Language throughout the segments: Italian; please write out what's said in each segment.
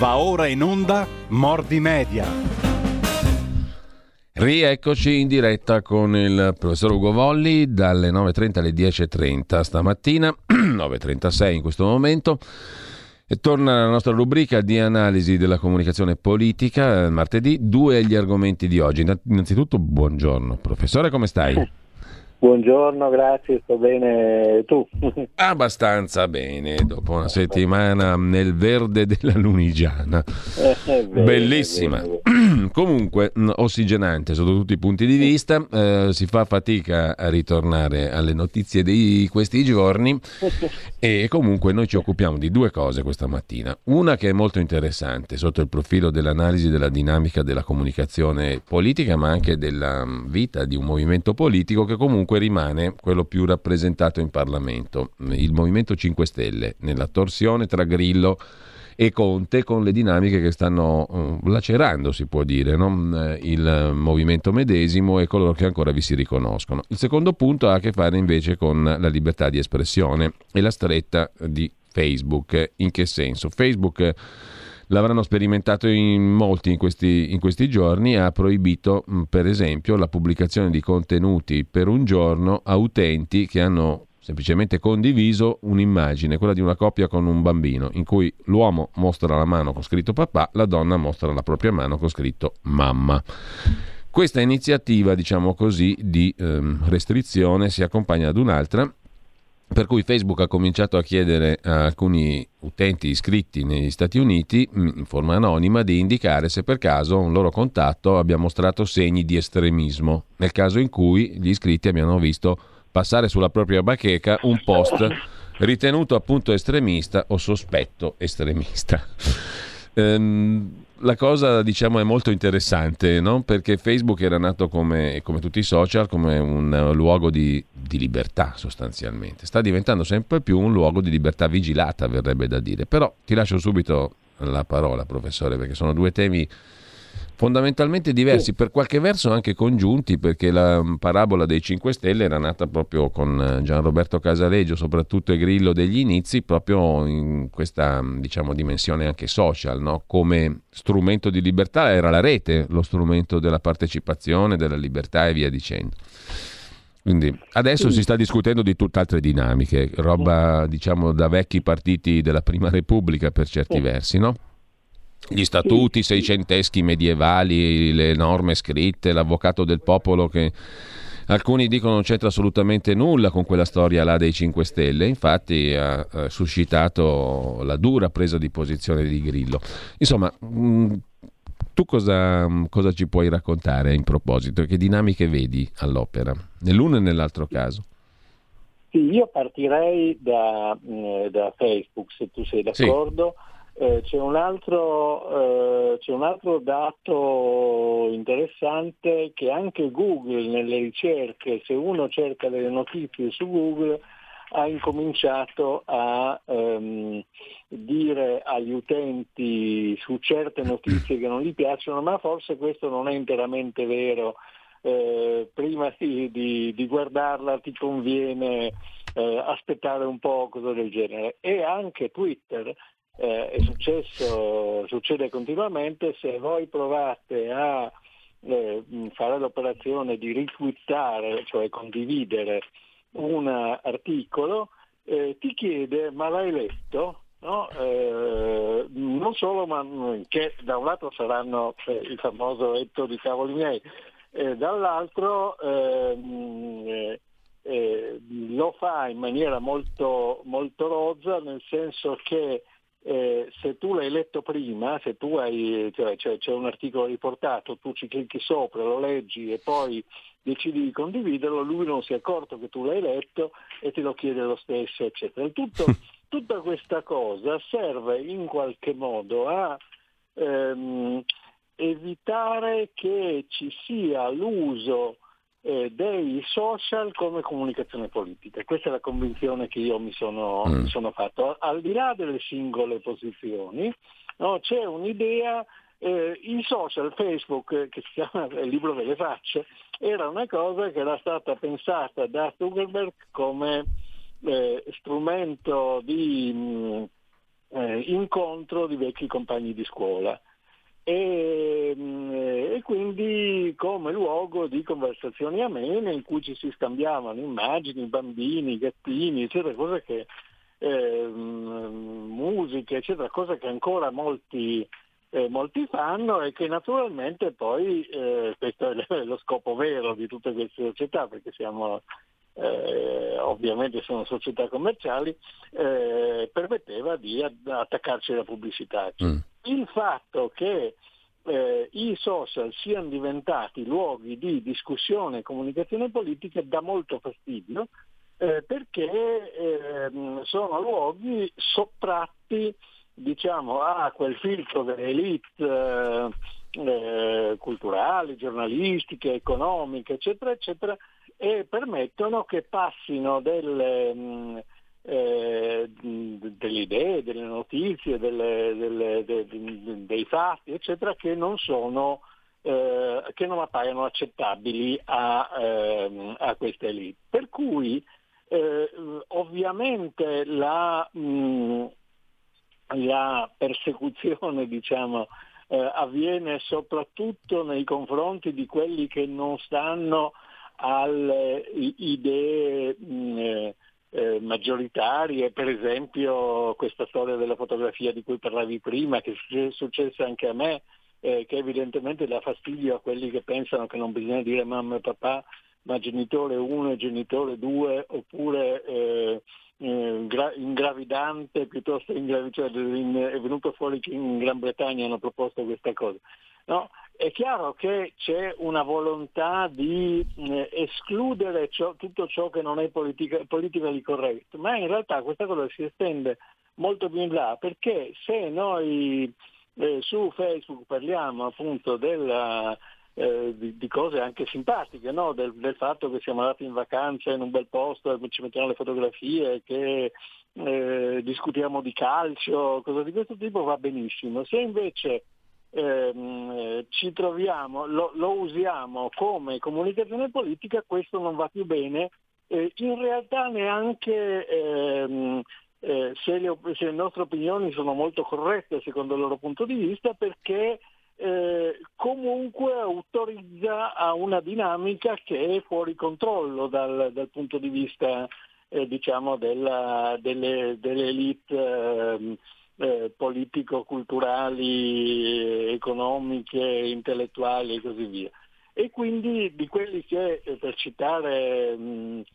Va ora in onda Mordi Media. Rieccoci in diretta con il professor Ugo Volli dalle 9.30 alle 10.30 stamattina, 9.36 in questo momento. E torna la nostra rubrica di analisi della comunicazione politica, martedì. Due gli argomenti di oggi. Innanzitutto, buongiorno. Professore, come stai? Buongiorno, grazie, sto bene. Tu? Abbastanza bene, dopo una settimana nel verde della Lunigiana. Bellissima. Comunque, ossigenante sotto tutti i punti di vista. Si fa fatica a ritornare alle notizie di questi giorni e comunque noi ci occupiamo di due cose questa mattina. Una che è molto interessante sotto il profilo dell'analisi della dinamica della comunicazione politica, ma anche della vita di un movimento politico che comunque rimane quello più rappresentato in Parlamento, il Movimento 5 Stelle, nella torsione tra Grillo e Conte, con le dinamiche che stanno lacerando, si può dire, no? Il movimento medesimo e coloro che ancora vi si riconoscono. Il secondo punto ha a che fare invece con la libertà di espressione e la stretta di Facebook. In che senso? Facebook l'avranno sperimentato in molti in questi giorni, ha proibito per esempio la pubblicazione di contenuti per un giorno a utenti che hanno semplicemente condiviso un'immagine, quella di una coppia con un bambino, in cui l'uomo mostra la mano con scritto papà, la donna mostra la propria mano con scritto mamma. Questa iniziativa, diciamo così, di restrizione si accompagna ad un'altra, per cui Facebook ha cominciato a chiedere a alcuni utenti iscritti negli Stati Uniti, in forma anonima, di indicare se per caso un loro contatto abbia mostrato segni di estremismo, nel caso in cui gli iscritti abbiano visto passare sulla propria bacheca un post ritenuto appunto estremista o sospetto estremista. La cosa, diciamo, è molto interessante, no? Perché Facebook era nato come tutti i social, come un luogo di libertà sostanzialmente. Sta diventando sempre più un luogo di libertà vigilata, verrebbe da dire. Però ti lascio subito la parola, professore, perché sono due temi fondamentalmente diversi, per qualche verso anche congiunti, perché la parabola dei 5 Stelle era nata proprio con Gianroberto Casaleggio, soprattutto e Grillo degli inizi, proprio in questa, diciamo, dimensione anche social, no? Come strumento di libertà era la rete, lo strumento della partecipazione, della libertà e via dicendo. Quindi adesso si sta discutendo di tutt'altre dinamiche, roba, diciamo, da vecchi partiti della Prima Repubblica per certi versi, no? Gli statuti seicenteschi medievali, le norme scritte, l'avvocato del popolo che alcuni dicono non c'entra assolutamente nulla con quella storia là dei 5 Stelle, infatti ha suscitato la dura presa di posizione di Grillo. Insomma, tu cosa ci puoi raccontare in proposito? Che dinamiche vedi all'opera, nell'uno e nell'altro caso? Sì, io partirei da Facebook, se tu sei d'accordo. Sì. C'è un altro dato interessante, che anche Google nelle ricerche, se uno cerca delle notizie su Google, ha incominciato a dire agli utenti su certe notizie che non gli piacciono, ma forse questo non è interamente vero. Prima di guardarla ti conviene aspettare un po', cosa del genere. E anche Twitter. Succede continuamente. Se voi provate a fare l'operazione di retweetare, cioè condividere un articolo, ti chiede: ma l'hai letto? No? Non solo, ma che da un lato saranno il famoso letto di cavoli miei, dall'altro lo fa in maniera molto, molto rozza, nel senso che se tu l'hai letto prima, se tu hai, cioè c'è un articolo riportato, tu ci clicchi sopra, lo leggi e poi decidi di condividerlo, lui non si è accorto che tu l'hai letto e te lo chiede lo stesso, eccetera. Tutta questa cosa serve in qualche modo a evitare che ci sia l'uso dei social come comunicazione politica. Questa è la convinzione che io mi sono fatto. Al di là delle singole posizioni, no, c'è un'idea, i social, Facebook, che si chiama il libro delle facce, era una cosa che era stata pensata da Zuckerberg come strumento di incontro di vecchi compagni di scuola. E quindi come luogo di conversazioni amene in cui ci si scambiavano immagini, bambini, gattini, eccetera, cose che musiche, eccetera, cose che ancora molti fanno e che naturalmente poi questo è lo scopo vero di tutte queste società, perché siamo ovviamente sono società commerciali, permetteva di attaccarci alla pubblicità. Il fatto che i social siano diventati luoghi di discussione e comunicazione politica dà molto fastidio, perché sono luoghi sottratti, diciamo, a quel filtro delle elite culturali, giornalistiche, economiche, eccetera, eccetera, e permettono che passino delle idee, delle notizie, dei fatti, eccetera, che non appaiono accettabili a queste elite. Per cui ovviamente la persecuzione, diciamo, avviene soprattutto nei confronti di quelli che non stanno alle idee maggioritarie, per esempio questa storia della fotografia di cui parlavi prima, che è successa anche a me, che evidentemente dà fastidio a quelli che pensano che non bisogna dire mamma e papà, ma genitore 1 e genitore 2, oppure ingravidante piuttosto cioè è venuto fuori che in Gran Bretagna hanno proposto questa cosa. No, è chiaro che c'è una volontà di escludere tutto ciò che non è politically correct, ma in realtà questa cosa si estende molto più in là, perché se noi su Facebook parliamo appunto di cose anche simpatiche, no? del fatto che siamo andati in vacanza in un bel posto, ci mettiamo le fotografie, che discutiamo di calcio, cose di questo tipo, va benissimo. Se invece ci troviamo, lo usiamo come comunicazione politica, questo non va più bene. In realtà neanche se le nostre opinioni sono molto corrette secondo il loro punto di vista, perché comunque autorizza a una dinamica che è fuori controllo dal punto di vista diciamo delle elite politico-culturali, economiche, intellettuali e così via. E quindi di quelli che, per citare un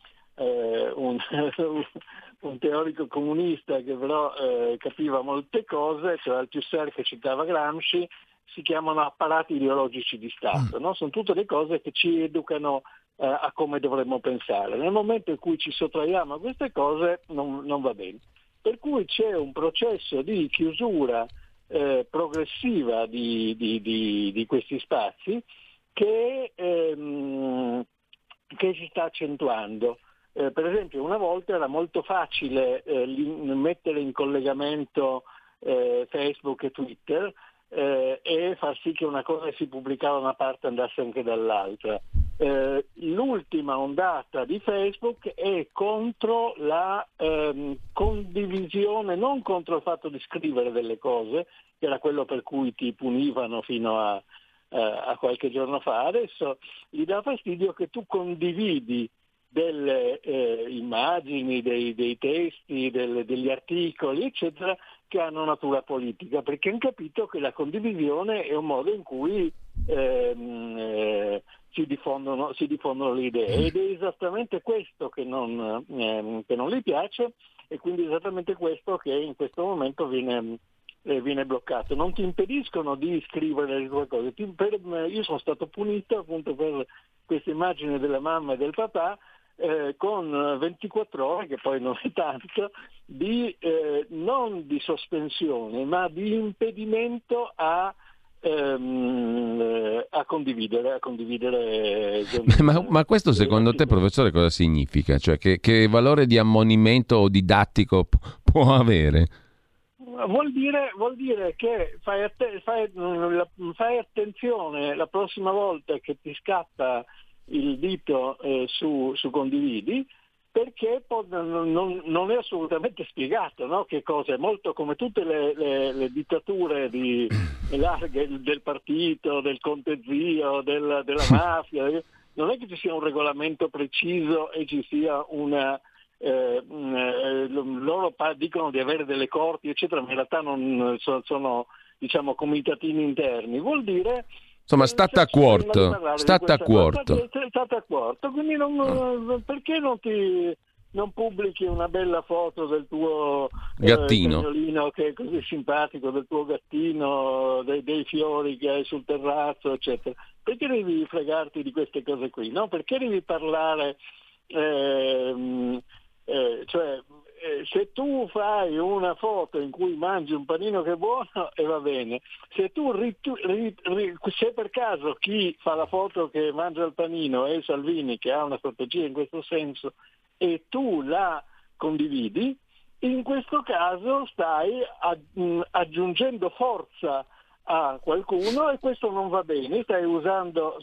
teorico comunista che però capiva molte cose, cioè Althusser che citava Gramsci, si chiamano apparati ideologici di Stato, no? Sono tutte le cose che ci educano a come dovremmo pensare. Nel momento in cui ci sottraiamo a queste cose non va bene. Per cui c'è un processo di chiusura progressiva di questi spazi che si sta accentuando. Per esempio, una volta era molto facile mettere in collegamento Facebook e Twitter e far sì che una cosa si pubblicava da una parte e andasse anche dall'altra. L'ultima ondata di Facebook è contro la condivisione, non contro il fatto di scrivere delle cose, che era quello per cui ti punivano fino a qualche giorno fa. Adesso gli dà fastidio che tu condividi delle immagini, dei testi, degli articoli, eccetera, che hanno natura politica, perché hanno capito che la condivisione è un modo in cui si diffondono le idee, ed è esattamente questo che non gli piace, e quindi esattamente questo che in questo momento viene bloccato. Non ti impediscono di scrivere le tue cose. Io sono stato punito appunto per questa immagine della mamma e del papà con 24 ore, che poi non è tanto, non di sospensione, ma di impedimento a condividere. Ma questo secondo te, professore, cosa significa? Cioè che valore di ammonimento o didattico può avere? Vuol dire che fai attenzione la prossima volta che ti scatta il dito su condividi, perché non è assolutamente spiegato, no? Che cosa è molto come tutte le dittature larghe del partito, del Conte Zio, della mafia. Non è che ci sia un regolamento preciso e ci sia una loro dicono di avere delle corti eccetera, ma in realtà non sono diciamo comitatini interni. Vuol dire insomma state a quarto, quindi perché non pubblichi una bella foto del tuo gattino cagnolino che è così simpatico, del tuo gattino, dei fiori che hai sul terrazzo eccetera? Perché devi fregarti di queste cose qui, no? Perché devi parlare se tu fai una foto in cui mangi un panino che è buono e va bene, se se per caso chi fa la foto che mangia il panino è Salvini, che ha una strategia in questo senso, e tu la condividi, in questo caso stai aggiungendo forza a qualcuno e questo non va bene. Stai usando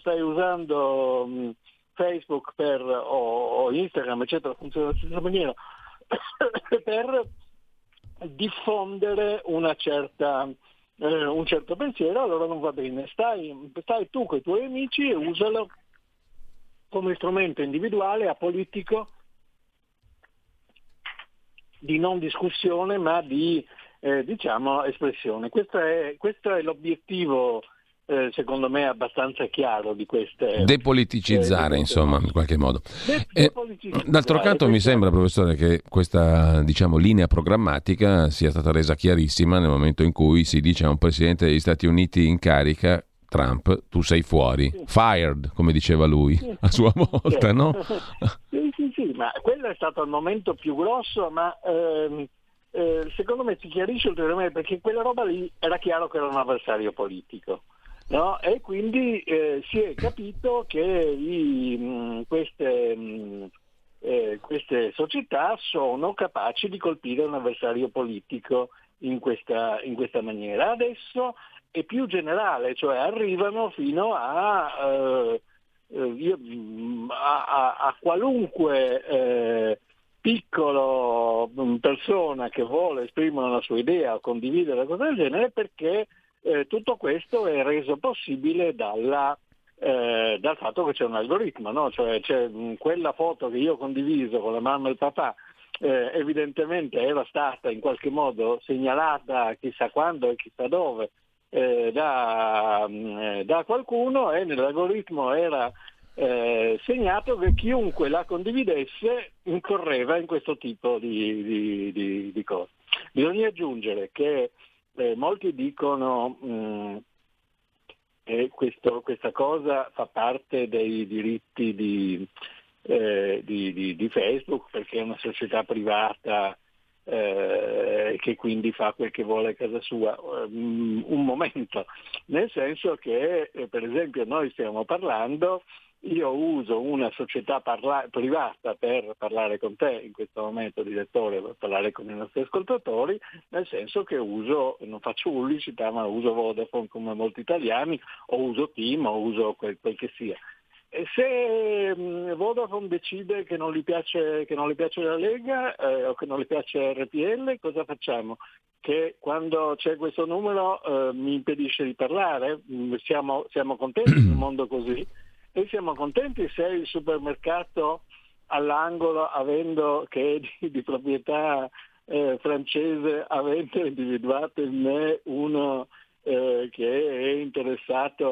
Facebook o Instagram eccetera, funziona alla stessa maniera, per diffondere un certo pensiero, allora non va bene. Stai tu con i tuoi amici e usalo come strumento individuale, apolitico, di non discussione ma di espressione. Questo è l'obiettivo secondo me abbastanza chiaro di queste depoliticizzare insomma in qualche modo. D'altro canto mi sembra, professore, che questa linea programmatica sia stata resa chiarissima nel momento in cui si dice a un presidente degli Stati Uniti in carica, Trump, tu sei fuori, fired, come diceva lui a sua volta, no? Sì, ma quello è stato il momento più grosso, ma secondo me si chiarisce ulteriormente, perché quella roba lì era chiaro che era un avversario politico, no? E quindi si è capito che queste società sono capaci di colpire un avversario politico in questa maniera. Adesso è più generale, cioè arrivano fino a qualunque piccolo persona che vuole esprimere la sua idea o condividere una cosa del genere, perché tutto questo è reso possibile dal fatto che c'è un algoritmo, no? Cioè c'è quella foto che io ho condiviso con la mamma e il papà, evidentemente era stata in qualche modo segnalata chissà quando e chissà dove da qualcuno, e nell'algoritmo era segnato che chiunque la condividesse incorreva in questo tipo di cose. Bisogna aggiungere che molti dicono questa cosa fa parte dei diritti di Facebook, perché è una società privata che quindi fa quel che vuole a casa sua. Un momento, nel senso che per esempio noi stiamo parlando, io uso una società privata per parlare con te in questo momento, direttore, per parlare con i nostri ascoltatori, nel senso che non faccio pubblicità, ma uso Vodafone come molti italiani, o uso Team, o uso quel che sia. E se Vodafone decide che non gli piace la Lega o che non gli piace RPL, cosa facciamo? Che quando c'è questo numero mi impedisce di parlare? Siamo contenti in un mondo così? E siamo contenti se il supermercato all'angolo, che è di proprietà francese, avendo individuato in me uno che è interessato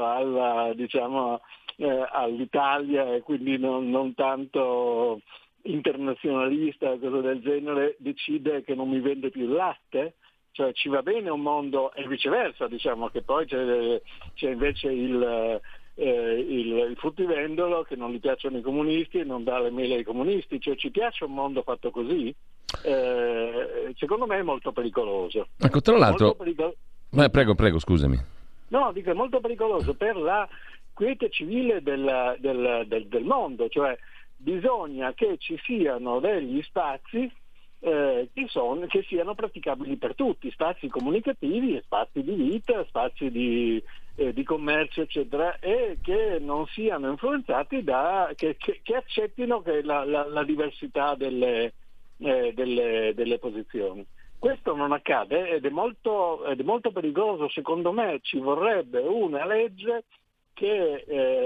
all'Italia e quindi non tanto internazionalista o cosa del genere, decide che non mi vende più il latte? Cioè ci va bene un mondo, e viceversa, che poi c'è invece il fruttivendolo che non gli piacciono i comunisti e non dà le mele ai comunisti. Cioè ci piace un mondo fatto così? Secondo me è molto pericoloso. Ecco, tra l'altro prego, scusami. No, dico, è molto pericoloso per la quiete civile del mondo, cioè bisogna che ci siano degli spazi che siano praticabili per tutti, spazi comunicativi, spazi di vita, spazi di commercio, eccetera, e che non siano influenzati che accettino che la diversità delle posizioni. Questo non accade ed è molto pericoloso. Secondo me ci vorrebbe una legge che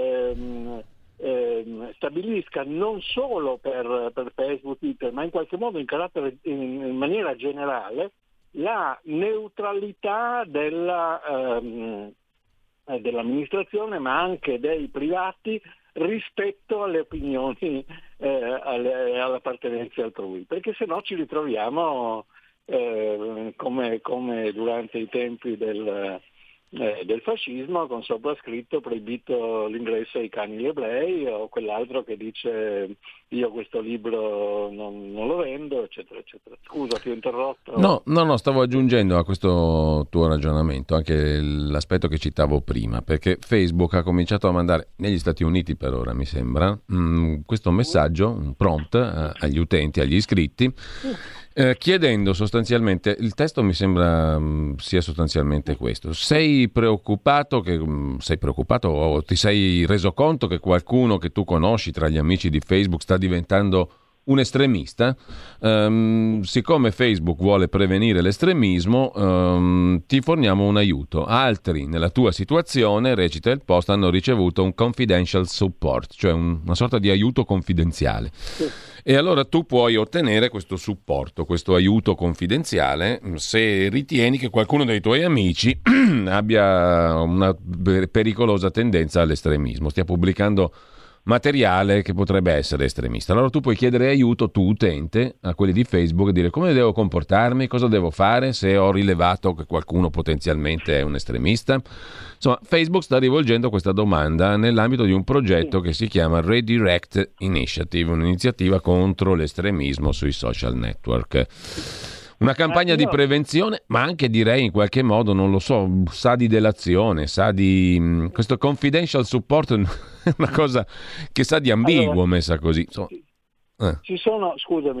stabilisca non solo per Facebook, Twitter, ma in qualche modo in maniera generale la neutralità dell'amministrazione, ma anche dei privati rispetto alle opinioni, all'appartenenza altrui, perché se no ci ritroviamo come durante i tempi del fascismo, con soprascritto proibito l'ingresso ai cani ebrei, o quell'altro che dice io questo libro non lo vendo, eccetera, eccetera. Scusa, ti ho interrotto. No, stavo aggiungendo a questo tuo ragionamento anche l'aspetto che citavo prima, perché Facebook ha cominciato a mandare, negli Stati Uniti per ora mi sembra, questo messaggio, un prompt agli utenti, agli iscritti, chiedendo sostanzialmente, il testo mi sembra sia sostanzialmente questo: sei preoccupato o ti sei reso conto che qualcuno che tu conosci tra gli amici di Facebook sta diventando un estremista? Siccome Facebook vuole prevenire l'estremismo, ti forniamo un aiuto. Altri nella tua situazione, recita il post, hanno ricevuto un confidential support, cioè una sorta di aiuto confidenziale. E allora tu puoi ottenere questo supporto, questo aiuto confidenziale, se ritieni che qualcuno dei tuoi amici abbia una pericolosa tendenza all'estremismo, stia pubblicando materiale che potrebbe essere estremista. Allora tu puoi chiedere aiuto, tu utente, a quelli di Facebook, e dire: come devo comportarmi, cosa devo fare se ho rilevato che qualcuno potenzialmente è un estremista. Insomma, Facebook sta rivolgendo questa domanda nell'ambito di un progetto che si chiama Redirect Initiative, un'iniziativa contro l'estremismo sui social network. Una campagna di prevenzione, ma anche, direi, in qualche modo, non lo so, sa di delazione, sa di... questo confidential support è una cosa che sa di ambiguo, messa così. Ci sono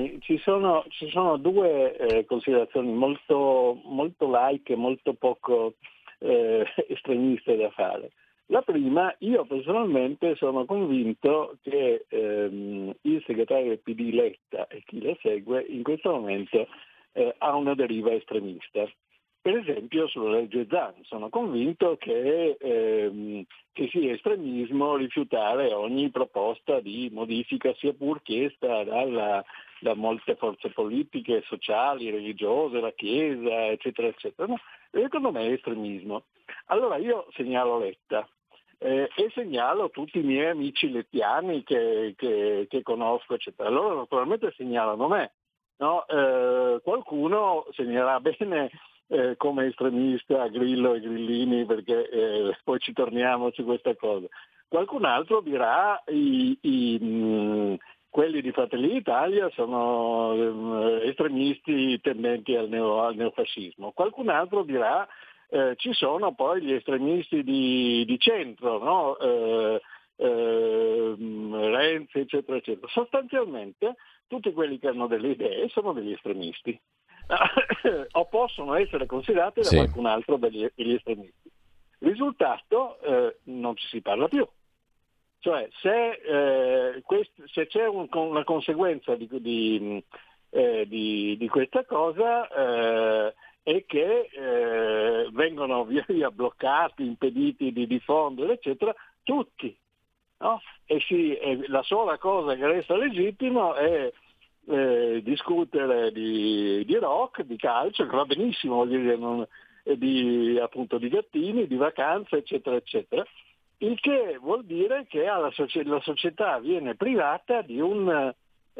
due considerazioni molto, molto laiche, molto poco estremiste da fare. La prima, io personalmente sono convinto che il segretario del PD Letta e chi lo segue in questo momento ha una deriva estremista. Per esempio sulla legge Zan sono convinto che sia estremismo rifiutare ogni proposta di modifica, sia pur chiesta da molte forze politiche, sociali, religiose, la Chiesa, eccetera, eccetera. No? Secondo me è estremismo. Allora io segnalo Letta e segnalo tutti i miei amici lettiani che conosco, eccetera. Allora naturalmente segnalano me. No? Qualcuno segnalerà bene come estremista Grillo e Grillini, perché poi ci torniamo su questa cosa. Qualcun altro dirà quelli di Fratelli d'Italia sono estremisti tendenti al neofascismo. Qualcun altro dirà ci sono poi gli estremisti di centro, no? Renzi, eccetera, eccetera. Sostanzialmente tutti quelli che hanno delle idee sono degli estremisti o possono essere considerati da qualcun altro degli estremisti. Risultato, non ci si parla più. Cioè se c'è una conseguenza di questa cosa è che vengono via via bloccati, impediti di diffondere, eccetera, tutti. No? E la sola cosa che resta legittimo è discutere di rock, di calcio, che va benissimo, voglio dire, di gattini, di vacanze, eccetera, eccetera. Il che vuol dire che la società viene privata di un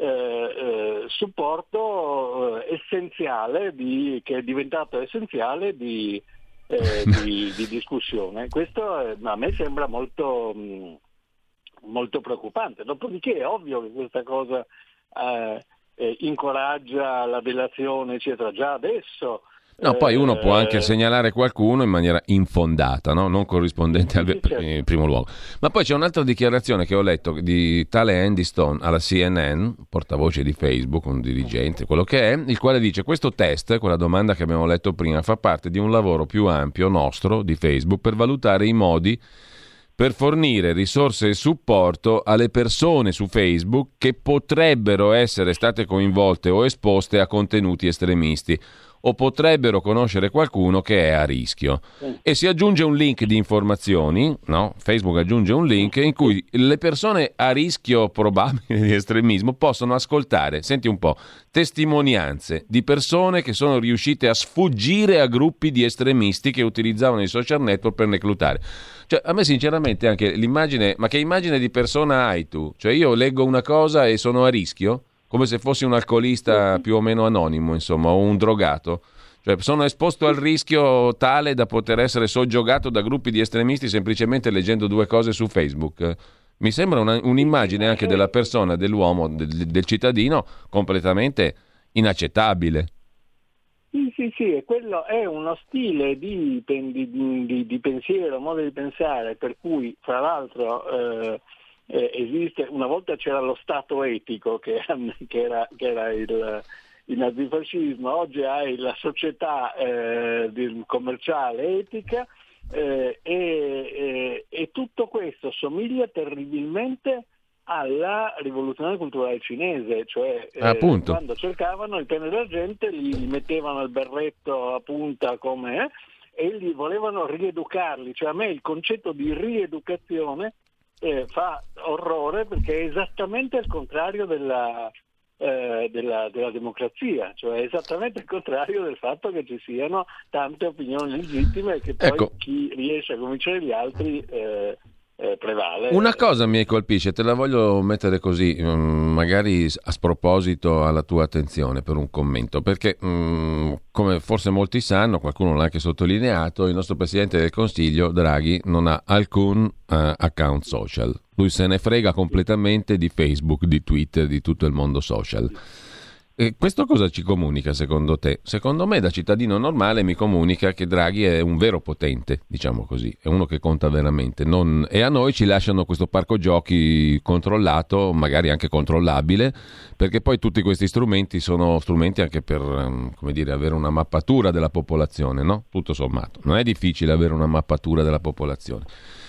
supporto essenziale, che è diventato essenziale di discussione. Questo a me sembra molto molto preoccupante. Dopodiché è ovvio che questa cosa incoraggia la delazione, eccetera. Già adesso No, poi uno può anche segnalare qualcuno in maniera infondata, no? Non corrispondente in primo luogo. Ma poi c'è un'altra dichiarazione che ho letto di tale Andy Stone alla CNN, portavoce di Facebook, un dirigente, quello che è, il quale dice: questo test, quella domanda che abbiamo letto prima, fa parte di un lavoro più ampio nostro di Facebook per valutare i modi per fornire risorse e supporto alle persone su Facebook che potrebbero essere state coinvolte o esposte a contenuti estremisti o potrebbero conoscere qualcuno che è a rischio. E si aggiunge un link di informazioni, no? Facebook aggiunge un link in cui le persone a rischio probabile di estremismo possono ascoltare, senti un po', testimonianze di persone che sono riuscite a sfuggire a gruppi di estremisti che utilizzavano i social network per reclutare. Cioè, a me sinceramente anche l'immagine, ma che immagine di persona hai tu? Cioè, io leggo una cosa e sono a rischio? Come se fossi un alcolista più o meno anonimo, insomma, o un drogato. Cioè, sono esposto al rischio tale da poter essere soggiogato da gruppi di estremisti semplicemente leggendo due cose su Facebook. Mi sembra un'immagine anche della persona, dell'uomo, del cittadino completamente inaccettabile. Sì, e quello è uno stile di pensiero, modo di pensare, per cui, fra l'altro, esiste, una volta c'era lo Stato etico che era il nazifascismo, oggi hai la società commerciale etica, e tutto questo somiglia terribilmente alla rivoluzione culturale cinese, cioè quando cercavano il pene della gente li mettevano il berretto a punta come e li volevano rieducarli. Cioè, a me il concetto di rieducazione fa orrore, perché è esattamente il contrario della democrazia, cioè è esattamente il contrario del fatto che ci siano tante opinioni legittime e che poi chi riesce a convincere gli altri prevale. Una cosa mi colpisce, te la voglio mettere così, magari a sproposito alla tua attenzione per un commento, perché come forse molti sanno, qualcuno l'ha anche sottolineato, il nostro Presidente del Consiglio, Draghi, non ha alcun account social. Lui se ne frega completamente di Facebook, di Twitter, di tutto il mondo social. E questo cosa ci comunica secondo te? Secondo me, da cittadino normale, mi comunica che Draghi è un vero potente, diciamo così, è uno che conta veramente. E a noi ci lasciano questo parco giochi controllato, magari anche controllabile, perché poi tutti questi strumenti sono strumenti anche per, come dire, avere una mappatura della popolazione, no? Tutto sommato. Non è difficile avere una mappatura della popolazione.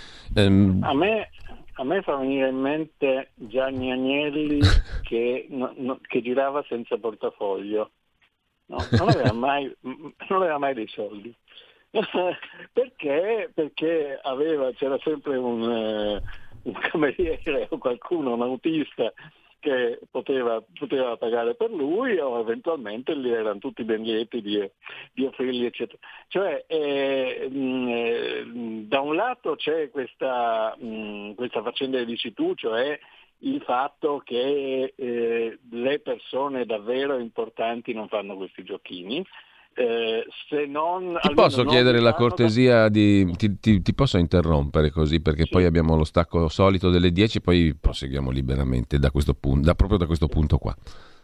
A me fa venire in mente Gianni Agnelli che girava senza portafoglio, no? Non aveva mai dei soldi. Perché c'era sempre un cameriere o qualcuno, un autista che poteva pagare per lui, o eventualmente gli erano tutti ben lieti di offrirgli, eccetera. Cioè, da un lato c'è questa faccenda che dici tu, cioè il fatto che le persone davvero importanti non fanno questi giochini. Se non, ti posso chiedere la cortesia ti posso interrompere così, perché sì, poi abbiamo lo stacco solito delle 10, poi proseguiamo liberamente da questo punto, proprio da questo punto qua.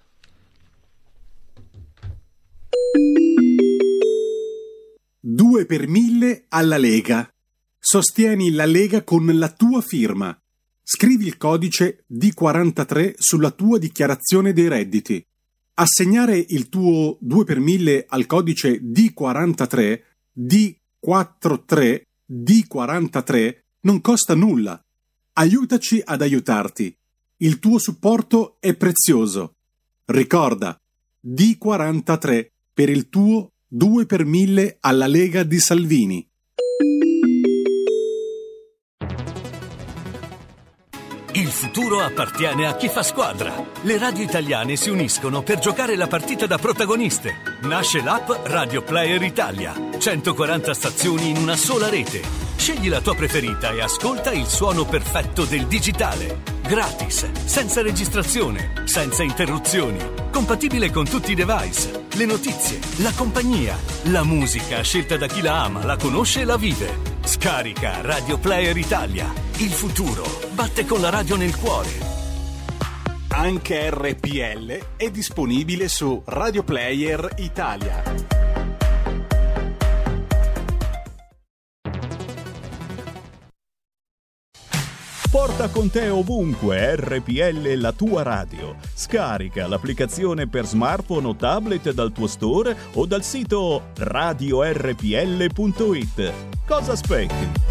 Due per 1000 alla Lega. Sostieni la Lega con la tua firma. Scrivi il codice D43 sulla tua dichiarazione dei redditi. Assegnare il tuo 2 per 1000 al codice D43, D43, D43 non costa nulla. Aiutaci ad aiutarti. Il tuo supporto è prezioso. Ricorda, D43 per il tuo 2 per 1000 alla Lega di Salvini. Il futuro appartiene a chi fa squadra. Le radio italiane si uniscono per giocare la partita da protagoniste. Nasce l'app Radio Player Italia. 140 stazioni in una sola rete. Scegli la tua preferita e ascolta il suono perfetto del digitale. Gratis, senza registrazione, senza interruzioni. Compatibile con tutti i device. Le notizie, la compagnia, la musica scelta da chi la ama, la conosce e la vive. Scarica Radio Player Italia. Il futuro batte con la radio nel cuore. Anche RPL è disponibile su Radio Player Italia. Porta con te ovunque RPL, la tua radio. Scarica l'applicazione per smartphone o tablet dal tuo store o dal sito radiorpl.it. Cosa aspetti?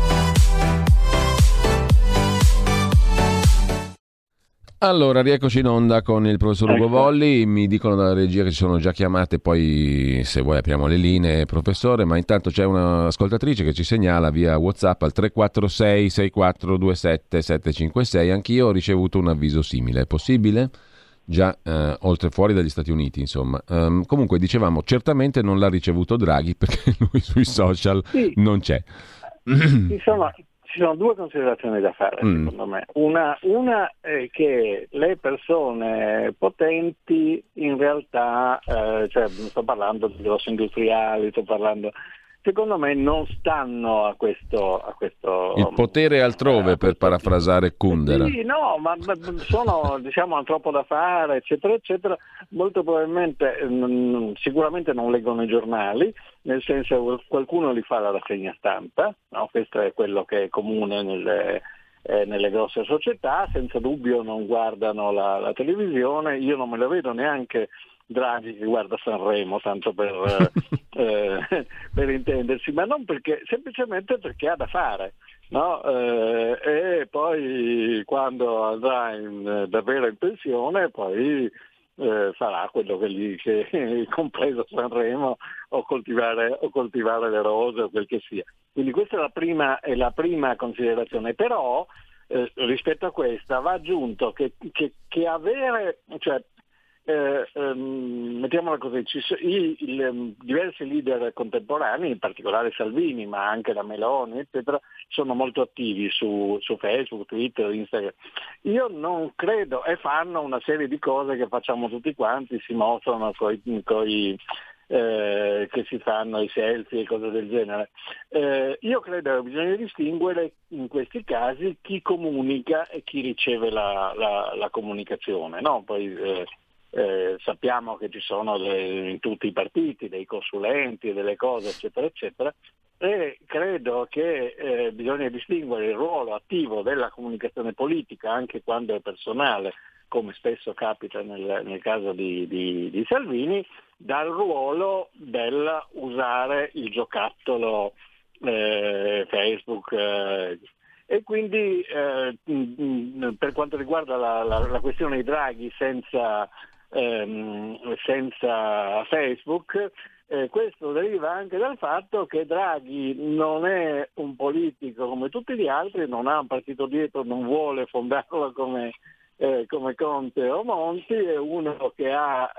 Allora, rieccoci in onda con il professor Ugo Volli. Mi dicono dalla regia che ci sono già chiamate, poi se vuoi apriamo le linee, professore, ma intanto c'è un'ascoltatrice che ci segnala via WhatsApp al 346 6427 756. Anch'io ho ricevuto un avviso simile. È possibile? Già oltre fuori dagli Stati Uniti, insomma. Comunque dicevamo, certamente non l'ha ricevuto Draghi perché lui sui social non c'è. Ci sono due considerazioni da fare, secondo me. Una è che le persone potenti in realtà, cioè sto parlando di grossi industriali, secondo me non stanno a questo Il potere è altrove, per parafrasare Kundera. Sì, no, ma sono, hanno troppo da fare, eccetera, eccetera. Molto probabilmente, sicuramente non leggono i giornali, nel senso che qualcuno li fa la rassegna stampa, no? Questo è quello che è comune nelle grosse società, senza dubbio non guardano la televisione, io non me la vedo neanche Draghi che guarda Sanremo, tanto per intendersi, ma non perché, semplicemente perché ha da fare, no? E poi quando andrà davvero in pensione poi farà quello che compreso Sanremo o coltivare le rose o quel che sia. Quindi questa è la prima considerazione, però rispetto a questa va aggiunto che avere, cioè mettiamola così, diversi leader contemporanei, in particolare Salvini, ma anche la Meloni, eccetera, sono molto attivi su Facebook, Twitter, Instagram. Io non credo, e fanno una serie di cose che facciamo tutti quanti, si mostrano che si fanno i selfie e cose del genere. Io credo che bisogna distinguere in questi casi chi comunica e chi riceve la comunicazione, no? Poi sappiamo che ci sono in tutti i partiti dei consulenti e delle cose, eccetera, eccetera, e credo che bisogna distinguere il ruolo attivo della comunicazione politica, anche quando è personale, come spesso capita nel caso di Salvini, dal ruolo del usare il giocattolo Facebook. E quindi per quanto riguarda la questione di Draghi senza Facebook, questo deriva anche dal fatto che Draghi non è un politico come tutti gli altri, non ha un partito dietro, non vuole fondarlo come Conte o Monti, è uno che ha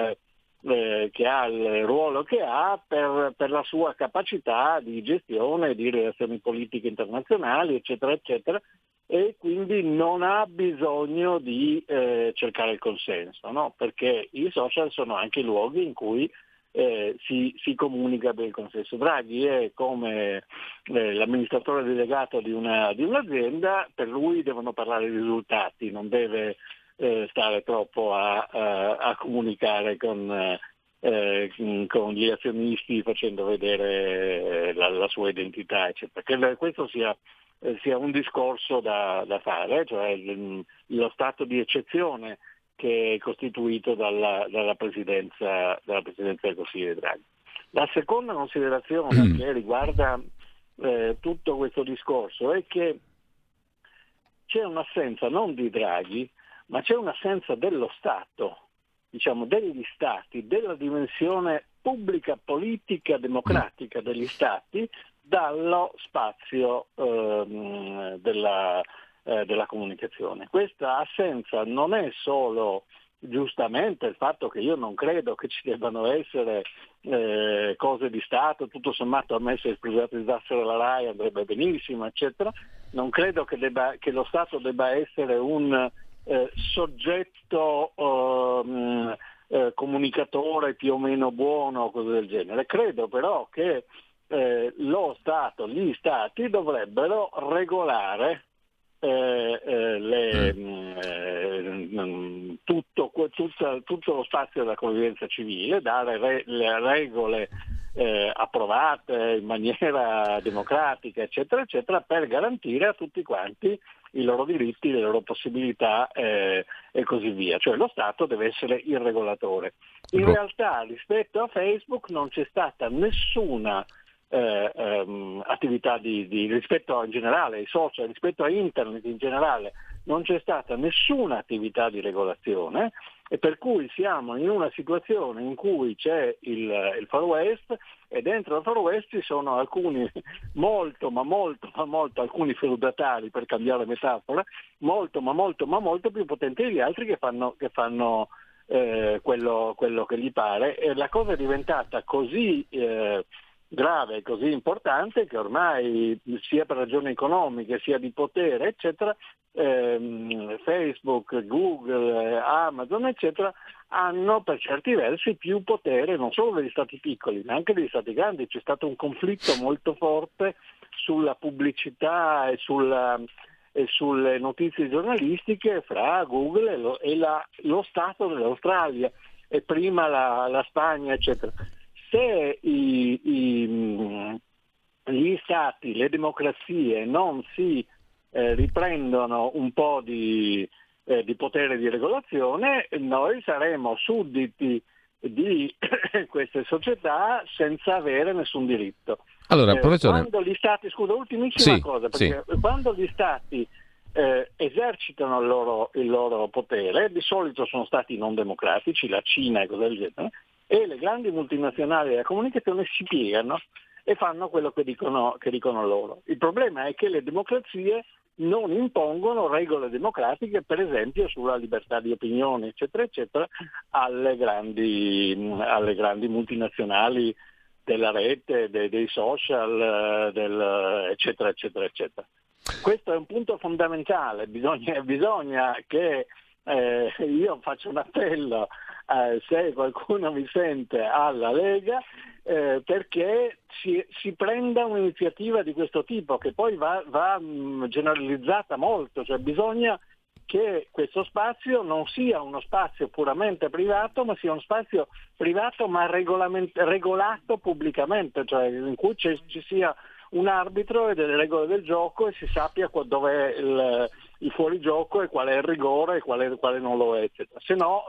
il ruolo che ha per la sua capacità di gestione di relazioni politiche internazionali, eccetera, eccetera, e quindi non ha bisogno di cercare il consenso, no? Perché i social sono anche i luoghi in cui si comunica per il consenso. Draghi è come l'amministratore delegato di un'azienda, per lui devono parlare i risultati, non deve stare troppo a comunicare con gli azionisti facendo vedere la sua identità, eccetera. Che questo sia un discorso da fare, cioè lo stato di eccezione che è costituito dalla presidenza del Consiglio di Draghi. La seconda considerazione che riguarda tutto questo discorso è che c'è un'assenza non di Draghi, ma c'è un'assenza dello Stato, degli Stati, della dimensione pubblica, politica, democratica degli Stati dallo spazio della comunicazione. Questa assenza non è solo giustamente il fatto che io non credo che ci debbano essere cose di Stato, tutto sommato a me se privatizzassero la RAI andrebbe benissimo, eccetera. Non credo che lo Stato debba essere un soggetto comunicatore più o meno buono o cose del genere. Credo però che lo Stato, gli Stati dovrebbero regolare tutto lo spazio della convivenza civile, dare le regole approvate in maniera democratica, eccetera, eccetera, per garantire a tutti quanti i loro diritti, le loro possibilità e così via. Cioè lo Stato deve essere il regolatore. In realtà rispetto a Facebook non c'è stata nessuna attività rispetto in generale ai social, rispetto a internet in generale, non c'è stata nessuna attività di regolazione, e per cui siamo in una situazione in cui c'è il Far West, e dentro il Far West ci sono alcuni molto alcuni feudatari, per cambiare metafora, molto più potenti degli altri, che fanno quello che gli pare, e la cosa è diventata così grave e così importante che ormai, sia per ragioni economiche sia di potere eccetera, Facebook, Google, Amazon eccetera hanno per certi versi più potere non solo degli stati piccoli ma anche degli stati grandi. C'è stato un conflitto molto forte sulla pubblicità e sulle notizie giornalistiche fra Google e lo Stato dell'Australia, e prima la Spagna eccetera. Se gli stati, le democrazie non si riprendono un po' di potere di regolazione, noi saremo sudditi di queste società senza avere nessun diritto. Allora, professore, quando gli stati, ultimissima cosa, perché quando gli stati esercitano il loro potere, di solito sono stati non democratici, la Cina e cose del genere, e le grandi multinazionali della comunicazione si piegano e fanno quello che dicono loro. Il problema è che le democrazie non impongono regole democratiche, per esempio sulla libertà di opinione, eccetera, eccetera, alle grandi multinazionali della rete, dei social, eccetera, eccetera, eccetera. Questo è un punto fondamentale. Bisogna che io faccio un appello, se qualcuno mi sente, alla Lega, perché si prenda un'iniziativa di questo tipo, che poi va generalizzata molto. Cioè bisogna che questo spazio non sia uno spazio puramente privato, ma sia uno spazio privato ma regolato pubblicamente, cioè in cui ci sia un arbitro e delle regole del gioco e si sappia dov'è il fuorigioco e qual è il rigore e quale non lo è, eccetera. Se no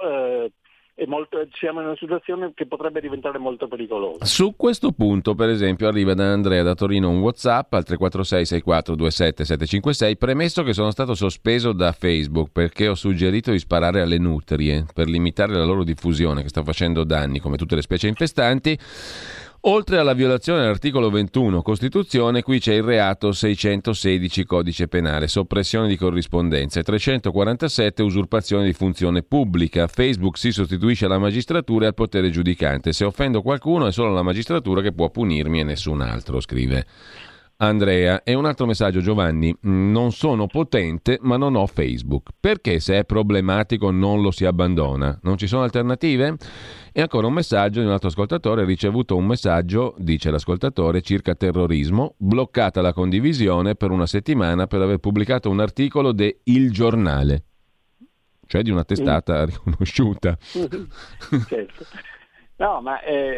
siamo in una situazione che potrebbe diventare molto pericolosa. Su questo punto, per esempio, arriva da Andrea da Torino un WhatsApp al 346 64 27 756: premesso che sono stato sospeso da Facebook perché ho suggerito di sparare alle nutrie per limitare la loro diffusione, che sta facendo danni come tutte le specie infestanti. Oltre alla violazione dell'articolo 21 Costituzione, qui c'è il reato 616 Codice Penale, soppressione di corrispondenza, e 347 usurpazione di funzione pubblica. Facebook si sostituisce alla magistratura e al potere giudicante. Se offendo qualcuno è solo la magistratura che può punirmi e nessun altro, scrive Andrea. E un altro messaggio, Giovanni: non sono potente ma non ho Facebook. Perché se è problematico non lo si abbandona? Non ci sono alternative? E ancora un messaggio di un altro ascoltatore: ricevuto un messaggio, dice l'ascoltatore, circa terrorismo, bloccata la condivisione per una settimana per aver pubblicato un articolo de Il Giornale, cioè di una testata riconosciuta. Certo. No, ma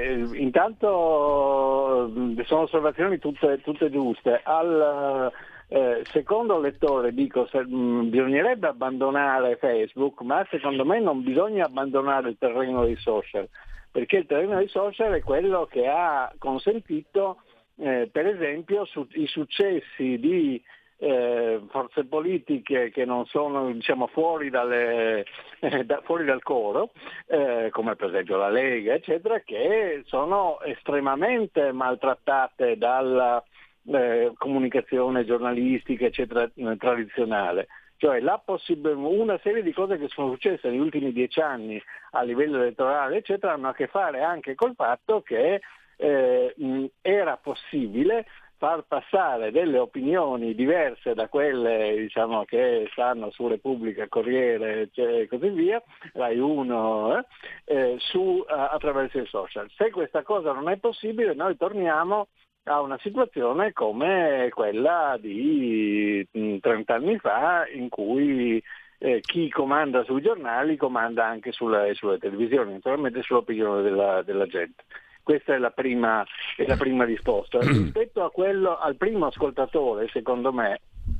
intanto sono osservazioni tutte giuste. Al secondo lettore dico, bisognerebbe abbandonare Facebook, ma secondo me non bisogna abbandonare il terreno dei social, perché il terreno dei social è quello che ha consentito per esempio i successi di forze politiche che non sono, diciamo, fuori dal coro, come per esempio la Lega eccetera, che sono estremamente maltrattate dalla comunicazione giornalistica eccetera tradizionale. Cioè una serie di cose che sono successe negli ultimi 10 anni a livello elettorale eccetera hanno a che fare anche col fatto che era possibile far passare delle opinioni diverse da quelle, diciamo, che stanno su Repubblica, Corriere e così via, Rai 1, attraverso i social. Se questa cosa non è possibile, noi torniamo a una situazione come quella di 30 anni fa, in cui chi comanda sui giornali comanda anche sulle televisioni, naturalmente sull'opinione della gente. Questa è la prima risposta. Rispetto al primo ascoltatore, secondo me,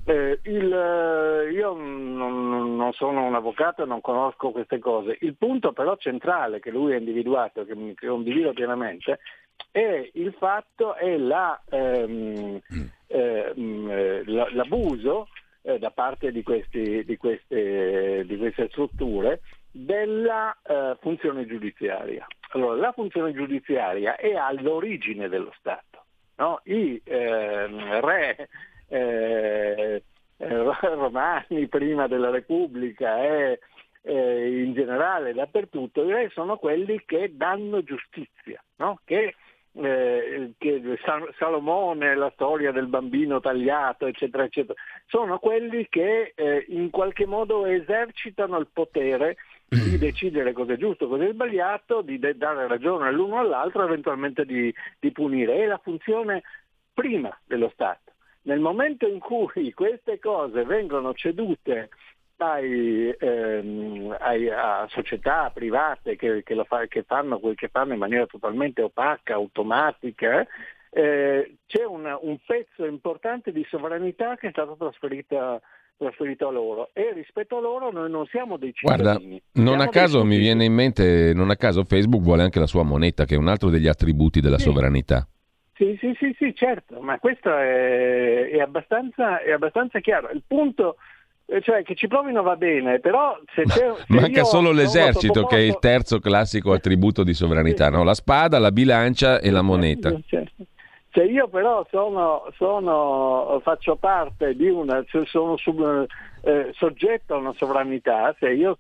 io non sono un avvocato, non conosco queste cose. Il punto però centrale che lui ha individuato, che condivido pienamente, è il fatto, è l'abuso da parte di queste strutture della funzione giudiziaria. Allora, la funzione giudiziaria è all'origine dello Stato, no? I re romani prima della Repubblica e in generale dappertutto, i re sono quelli che danno giustizia, no? Che Salomone, la storia del bambino tagliato, eccetera, eccetera, sono quelli che in qualche modo esercitano il potere di decidere cosa è giusto, cosa è sbagliato, di dare ragione all'uno all'altro, eventualmente di punire. È la funzione prima dello Stato. Nel momento in cui queste cose vengono cedute a società private che fanno quel che fanno in maniera totalmente opaca, automatica, c'è un pezzo importante di sovranità che è stato trasferito a loro, e rispetto a loro noi non siamo dei cittadini. Guarda, non a caso mi viene in mente, non a caso Facebook vuole anche la sua moneta, che è un altro degli attributi della sovranità. Sì, certo, ma questo è abbastanza chiaro. Il punto, cioè, che ci provino va bene, però se manca solo l'esercito, che è il terzo classico attributo di sovranità, no? La spada, la bilancia e la moneta. Se io però faccio parte di sono soggetto a una sovranità, se io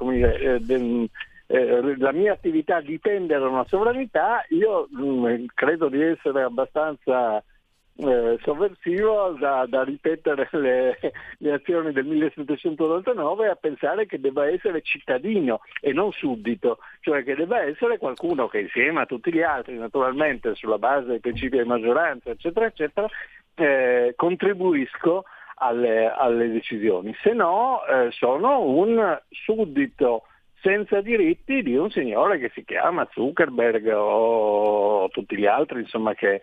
la mia attività dipende da una sovranità, io credo di essere abbastanza sovversivo da ripetere le azioni del 1789 a pensare che debba essere cittadino e non suddito, cioè che debba essere qualcuno che insieme a tutti gli altri, naturalmente sulla base dei principi di maggioranza, eccetera, eccetera, contribuisco alle decisioni. Se no sono un suddito senza diritti di un signore che si chiama Zuckerberg o tutti gli altri, insomma, che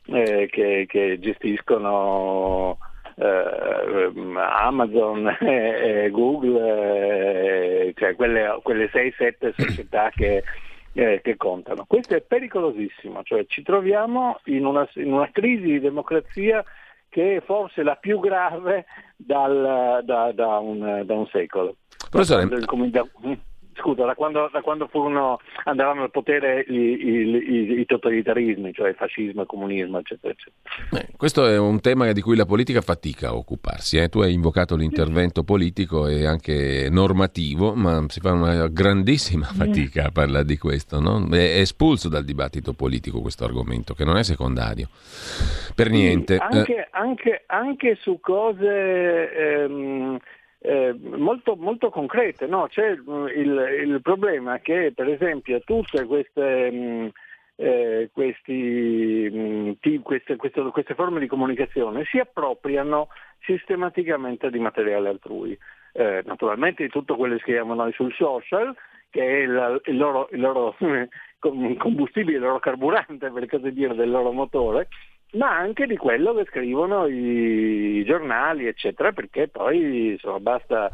gestiscono Amazon, Google, cioè quelle 6-7 società che contano. Questo è pericolosissimo, cioè ci troviamo in una crisi di democrazia che è forse la più grave da un secolo. Professore, Scusa, da quando andavano al potere i totalitarismi, cioè il fascismo, il comunismo, eccetera, eccetera. Questo è un tema di cui la politica fatica a occuparsi. Tu hai invocato l'intervento politico e anche normativo, ma si fa una grandissima fatica a parlare di questo, no? È espulso dal dibattito politico questo argomento, che non è secondario. Per niente. Anche su cose molto, molto concrete, no? C'è il problema che, per esempio, tutte queste forme di comunicazione si appropriano sistematicamente di materiale altrui, naturalmente di tutto quello che scriviamo noi sul social, che è il loro combustibile, il loro carburante, per così dire, del loro motore, ma anche di quello che scrivono i giornali, eccetera, perché poi insomma basta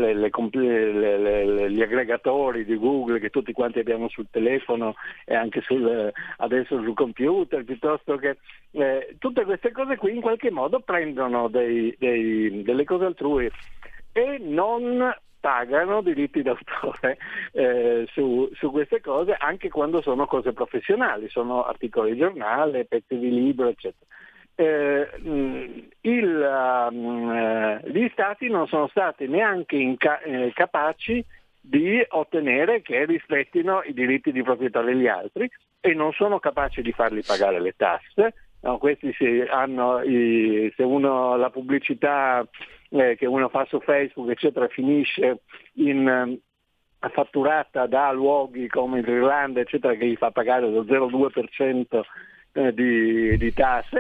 gli aggregatori di Google che tutti quanti abbiamo sul telefono e anche adesso sul computer, piuttosto che tutte queste cose qui in qualche modo prendono delle cose altrui e non pagano diritti d'autore su queste cose, anche quando sono cose professionali, sono articoli di giornale, pezzi di libro, eccetera. Gli stati non sono stati neanche capaci di ottenere che rispettino i diritti di proprietà degli altri e non sono capaci di farli pagare le tasse. No, questi se uno la pubblicità che uno fa su Facebook, eccetera, finisce fatturata da luoghi come l'Irlanda, eccetera, che gli fa pagare lo 0,2% di tasse,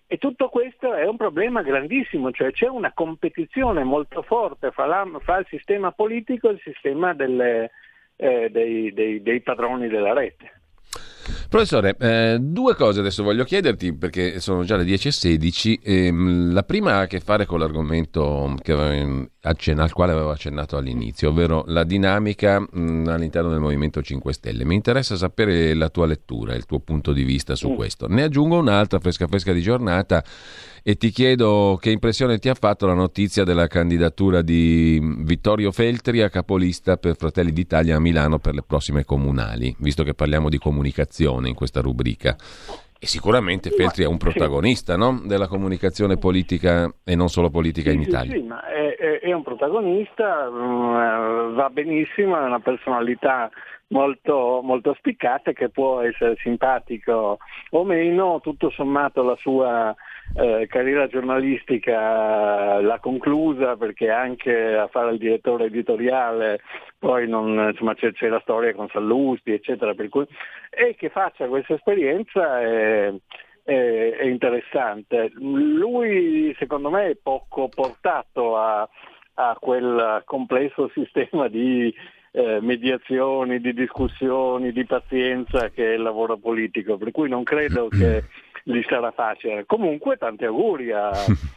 E tutto questo è un problema grandissimo, cioè c'è una competizione molto forte fra il sistema politico e il sistema dei padroni della rete. Professore, due cose adesso voglio chiederti, perché sono già le 10:16. La prima ha a che fare con l'argomento al quale avevo accennato all'inizio, ovvero la dinamica all'interno del Movimento 5 Stelle. Mi interessa sapere la tua lettura, il tuo punto di vista su questo. Ne aggiungo un'altra fresca di giornata e ti chiedo che impressione ti ha fatto la notizia della candidatura di Vittorio Feltri a capolista per Fratelli d'Italia a Milano per le prossime comunali, visto che parliamo di comunicazione in questa rubrica. E sicuramente Feltri è un protagonista, no? Della comunicazione politica e non solo politica in Italia. Sì, ma è un protagonista, va benissimo, è una personalità molto, molto spiccata, che può essere simpatico o meno. Tutto sommato la sua carriera giornalistica l'ha conclusa, perché anche a fare il direttore editoriale poi c'è la storia con Sallusti, eccetera, per cui, e che faccia questa esperienza è interessante. Lui secondo me è poco portato a quel complesso sistema di mediazioni, di discussioni, di pazienza che è il lavoro politico, per cui non credo che gli sarà facile. Comunque tanti auguri a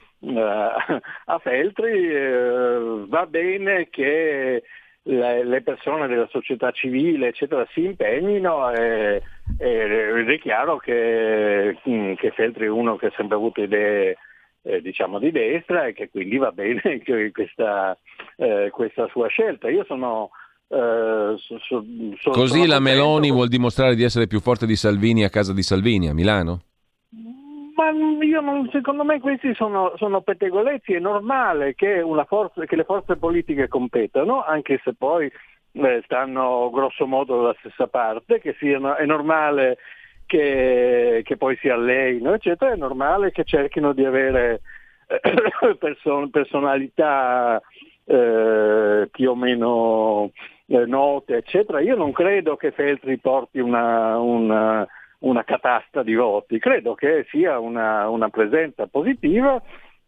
Feltri. Va bene che le persone della società civile eccetera si impegnino, ed è chiaro che Feltri è uno che ha sempre avuto idee di destra, e che quindi va bene che questa sua scelta. Io sono così la Meloni vuol dimostrare di essere più forte di Salvini a casa di Salvini a Milano? Ma secondo me questi sono pettegolezzi. È normale che le forze politiche competano, anche se poi stanno grosso modo dalla stessa parte, è normale che poi si alleino, eccetera, è normale che cerchino di avere personalità più o meno note, eccetera. Io non credo che Feltri porti una catasta di voti, credo che sia una presenza positiva.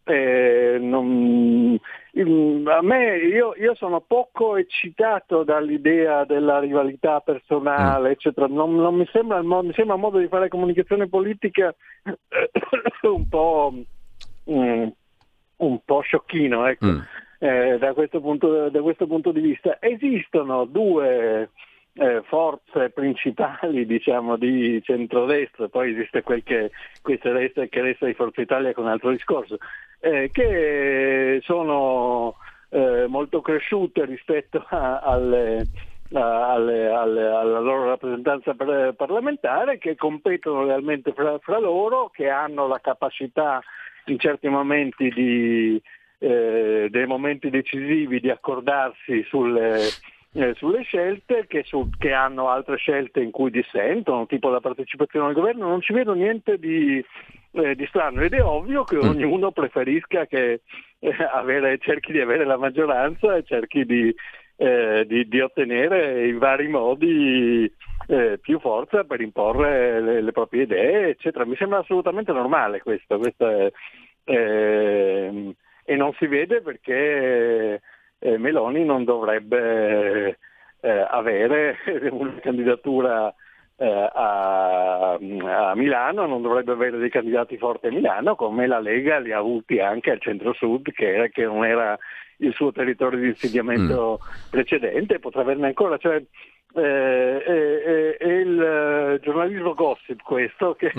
Io sono poco eccitato dall'idea della rivalità personale, eccetera. Non mi sembra un modo di fare comunicazione politica un po' sciocchino, ecco. Da questo punto di vista esistono due forze principali, diciamo, di centrodestra, poi esiste che resta di Forza Italia, con un altro discorso, che sono molto cresciute rispetto alla loro rappresentanza parlamentare, che competono realmente fra loro, che hanno la capacità in certi momenti dei momenti decisivi di accordarsi sulle scelte, che hanno altre scelte in cui dissentono, tipo la partecipazione al governo. Non ci vedo niente di strano, ed è ovvio che ognuno preferisca che cerchi di avere la maggioranza e cerchi di ottenere in vari modi più forza per imporre le proprie idee, eccetera. Mi sembra assolutamente normale questo e non si vede perché Meloni non dovrebbe avere una candidatura a Milano, non dovrebbe avere dei candidati forti a Milano, come la Lega li ha avuti anche al centro-sud, che non era il suo territorio di insediamento precedente, potrà averne ancora. Cioè, è il giornalismo gossip questo che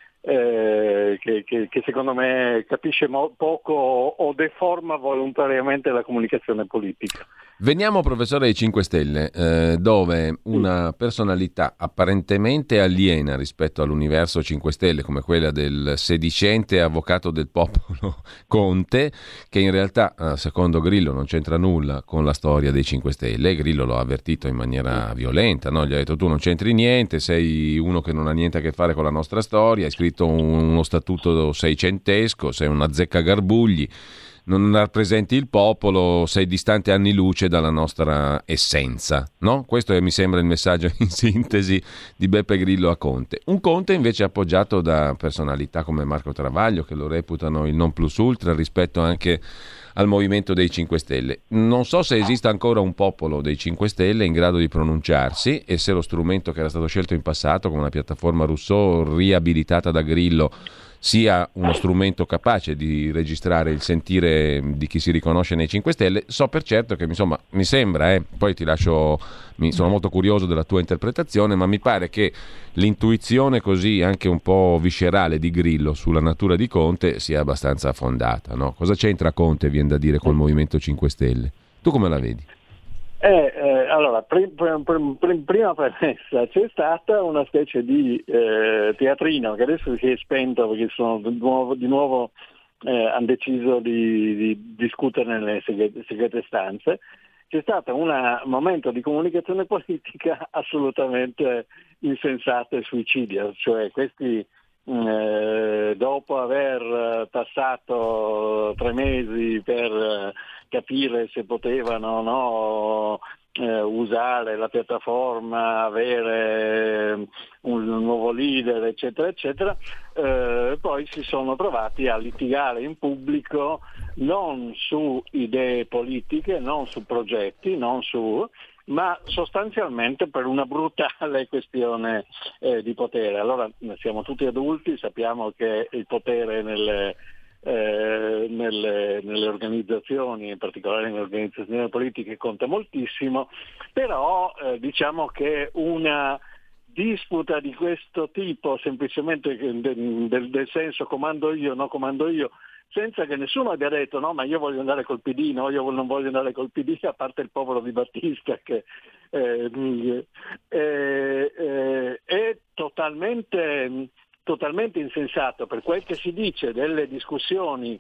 secondo me capisce poco o deforma volontariamente la comunicazione politica. Veniamo, professore, ai 5 Stelle, dove una personalità apparentemente aliena rispetto all'universo 5 Stelle, come quella del sedicente avvocato del popolo Conte, che in realtà, secondo Grillo, non c'entra nulla con la storia dei 5 Stelle. Grillo lo ha avvertito in maniera violenta, no? Gli ha detto: tu non c'entri niente, sei uno che non ha niente a che fare con la nostra storia, hai scritto uno statuto seicentesco, sei un azzeccagarbugli. non rappresenti il popolo, sei distante anni luce dalla nostra essenza, no? Questo mi sembra il messaggio in sintesi di Beppe Grillo a Conte. Un Conte invece appoggiato da personalità come Marco Travaglio, che lo reputano il non plus ultra rispetto anche al movimento dei 5 Stelle. Non so se esista ancora un popolo dei 5 Stelle in grado di pronunciarsi e se lo strumento che era stato scelto in passato come una piattaforma Rousseau riabilitata da Grillo sia uno strumento capace di registrare il sentire di chi si riconosce nei 5 Stelle. So per certo che insomma mi sembra, poi ti lascio, sono molto curioso della tua interpretazione, ma mi pare che l'intuizione così anche un po' viscerale di Grillo sulla natura di Conte sia abbastanza fondata, no? Cosa c'entra Conte, viene da dire, col Movimento 5 Stelle? Tu come la vedi? Allora, prima premessa, c'è stata una specie di teatrino che adesso si è spento perché sono di nuovo hanno deciso di discutere nelle segrete stanze. C'è stato un momento di comunicazione politica assolutamente insensato e suicidio, cioè questi dopo aver passato 3 mesi per capire se potevano o no usare la piattaforma, avere un nuovo leader, eccetera, eccetera, poi si sono trovati a litigare in pubblico non su idee politiche, non su progetti, ma sostanzialmente per una brutale questione di potere. Allora siamo tutti adulti, sappiamo che il potere nelle organizzazioni, in particolare nelle organizzazioni politiche, conta moltissimo, però diciamo che una disputa di questo tipo, semplicemente del senso comando io, no comando io, senza che nessuno abbia detto no, ma io voglio andare col PD, no, io non voglio andare col PD, a parte il povero Di Battista che è totalmente insensato. Per quel che si dice delle discussioni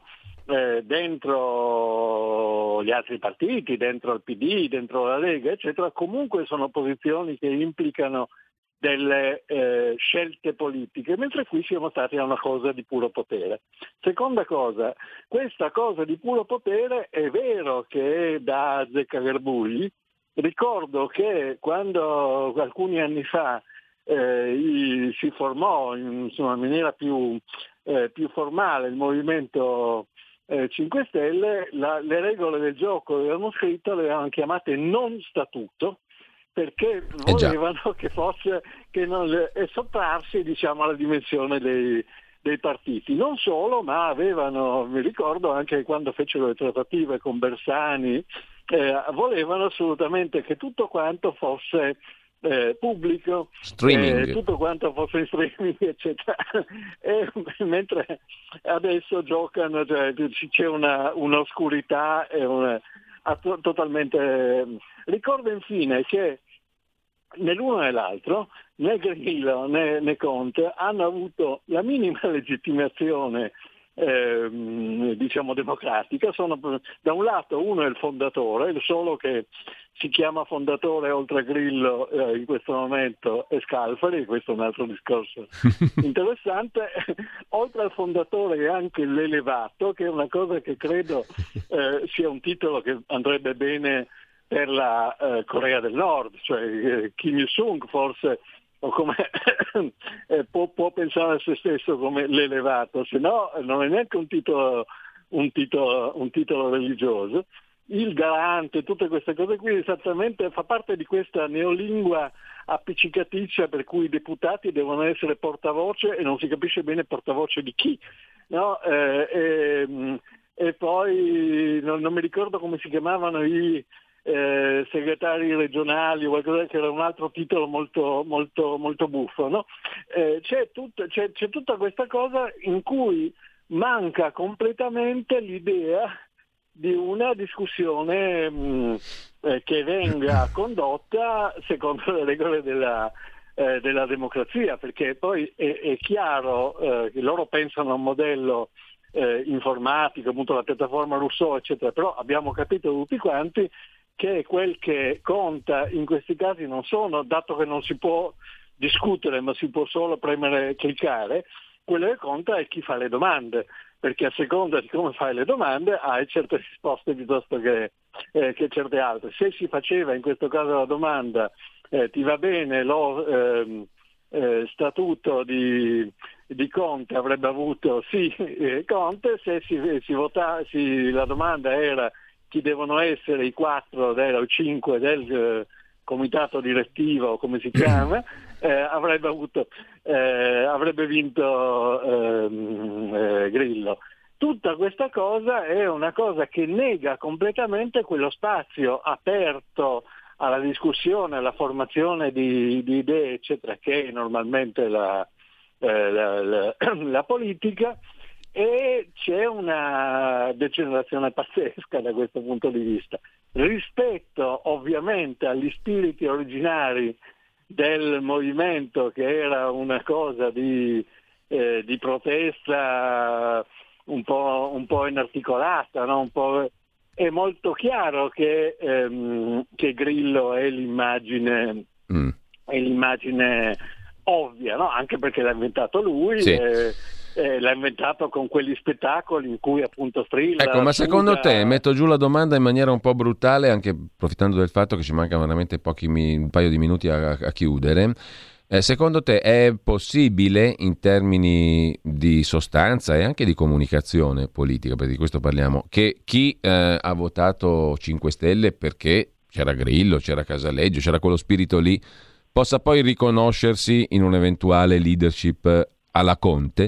dentro gli altri partiti, dentro il PD, dentro la Lega, eccetera, comunque sono posizioni che implicano delle scelte politiche, mentre qui siamo stati a una cosa di puro potere. Seconda cosa, questa cosa di puro potere è vero che è da azzeccagarbugli. Ricordo che quando alcuni anni fa si formò in maniera più formale il Movimento 5 Stelle, le regole del gioco avevano scritto, le avevano chiamate non statuto, perché volevano che fosse e sottrarsi, diciamo, alla dimensione dei partiti. Non solo, ma avevano, mi ricordo anche quando fecero le trattative con Bersani, volevano assolutamente che tutto quanto fosse pubblico, tutto quanto fosse in streaming, eccetera. Mentre adesso giocano, cioè, c'è un'oscurità totalmente. Ricordo infine che né l'uno né l'altro, né Grillo né Conte, hanno avuto la minima legittimazione diciamo democratica. Da un lato uno è il fondatore, solo che si chiama fondatore oltre a Grillo in questo momento è Scalfari, questo è un altro discorso interessante. Oltre al fondatore è anche l'elevato, che è una cosa che credo sia un titolo che andrebbe bene per la Corea del Nord, cioè Kim Il-sung forse, o come può pensare a se stesso come l'elevato, se no non è neanche un titolo religioso. Il garante, tutte queste cose qui esattamente fa parte di questa neolingua appiccicaticcia per cui i deputati devono essere portavoce e non si capisce bene portavoce di chi, no? E poi non mi ricordo come si chiamavano i segretari regionali o qualcosa, che era un altro titolo molto molto molto buffo, no? C'è tutta questa cosa in cui manca completamente l'idea di una discussione che venga condotta secondo le regole della democrazia, perché poi è chiaro che loro pensano a un modello informatico, appunto la piattaforma Rousseau, eccetera, però abbiamo capito tutti quanti che quel che conta in questi casi non sono, dato che non si può discutere ma si può solo cliccare, quello che conta è chi fa le domande, perché a seconda di come fai le domande hai certe risposte piuttosto che certe altre. Se si faceva in questo caso la domanda ti va bene lo statuto di Conte, avrebbe avuto sì Conte. Se la domanda era chi devono essere i 4 o 5 del comitato direttivo, come si chiama, avrebbe vinto Grillo. Tutta questa cosa è una cosa che nega completamente quello spazio aperto alla discussione, alla formazione di idee, eccetera, che è normalmente la politica, e c'è una degenerazione pazzesca da questo punto di vista. Rispetto ovviamente agli spiriti originari del movimento, che era una cosa di protesta un po' inarticolata, no? È molto chiaro che Grillo è l'immagine ovvia, no? Anche perché l'ha inventato lui. Sì. L'ha inventato con quegli spettacoli in cui appunto strilla. Ecco, ma secondo te, metto giù la domanda in maniera un po' brutale, anche approfittando del fatto che ci mancano veramente un paio di minuti a chiudere, secondo te è possibile, in termini di sostanza e anche di comunicazione politica, perché di questo parliamo, che chi ha votato 5 Stelle perché c'era Grillo, c'era Casaleggio, c'era quello spirito lì, possa poi riconoscersi in un'eventuale leadership alla Conte?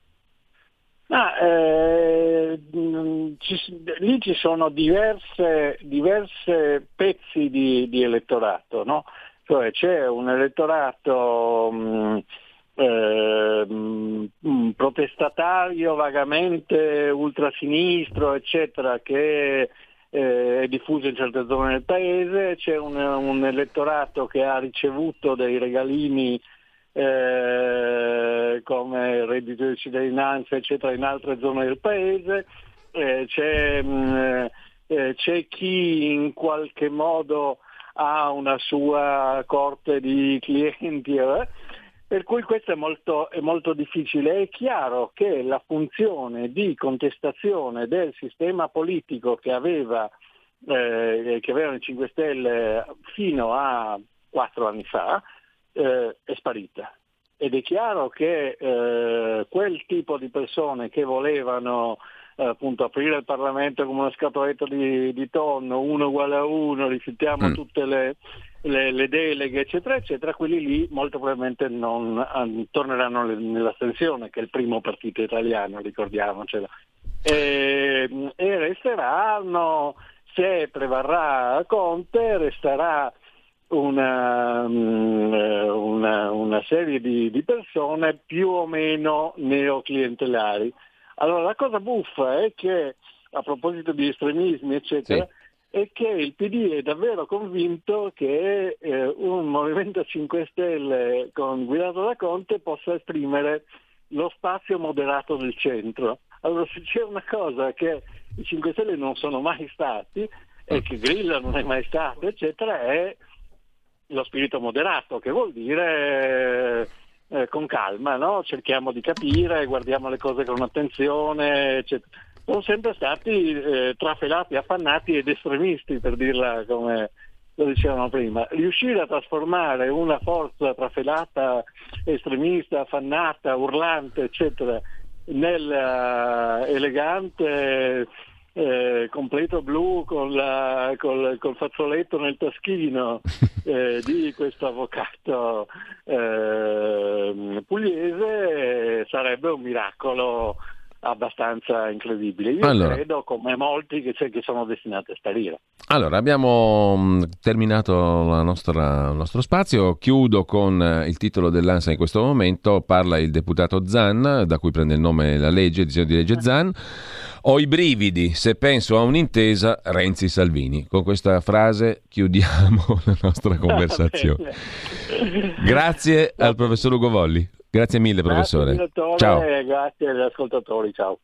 Lì ci sono diverse pezzi di elettorato, no? Cioè c'è un elettorato protestatario, vagamente ultrasinistro, eccetera, che è diffuso in certe zone del paese. C'è un elettorato che ha ricevuto dei regalini come il reddito di cittadinanza, eccetera, in altre zone del paese. C'è chi in qualche modo ha una sua corte di clienti, per cui questo è molto difficile. È chiaro che la funzione di contestazione del sistema politico che avevano i 5 Stelle fino a 4 anni fa è sparita, ed è chiaro che quel tipo di persone che volevano appunto aprire il Parlamento come una scatoletta di tonno, 1 uguale a 1, rifiutiamo tutte le deleghe, eccetera, eccetera, quelli lì molto probabilmente non torneranno nell'astensione, che è il primo partito italiano, ricordiamocelo, e resteranno, se prevarrà Conte, resterà una serie di persone più o meno neoclientelari. Allora la cosa buffa è che, a proposito di estremismi eccetera, sì, è che il PD è davvero convinto che un Movimento 5 Stelle guidato da Conte possa esprimere lo spazio moderato del centro. Allora, se c'è una cosa che i 5 Stelle non sono mai stati, e che Grillo non è mai stato, eccetera, è lo spirito moderato, che vuol dire con calma, no? Cerchiamo di capire, guardiamo le cose con attenzione, eccetera. Sono sempre stati trafelati, affannati ed estremisti, per dirla come lo dicevano prima. Riuscire a trasformare una forza trafelata, estremista, affannata, urlante, eccetera, nel elegante completo blu col fazzoletto nel taschino di questo avvocato pugliese sarebbe un miracolo abbastanza incredibile. Io credo, come molti, che sono destinati a sparire. Allora, abbiamo terminato il nostro spazio. Chiudo con il titolo dell'ANSA in questo momento. Parla il deputato Zan, da cui prende il nome la legge, il disegno di legge Zan. Ho i brividi se penso a un'intesa Renzi-Salvini. Con questa frase chiudiamo la nostra conversazione. Grazie al professor Ugo Volli. Grazie mille, professore. Grazie, ciao. Grazie agli ascoltatori, ciao.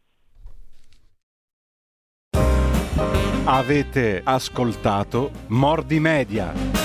Avete ascoltato Mordi Media.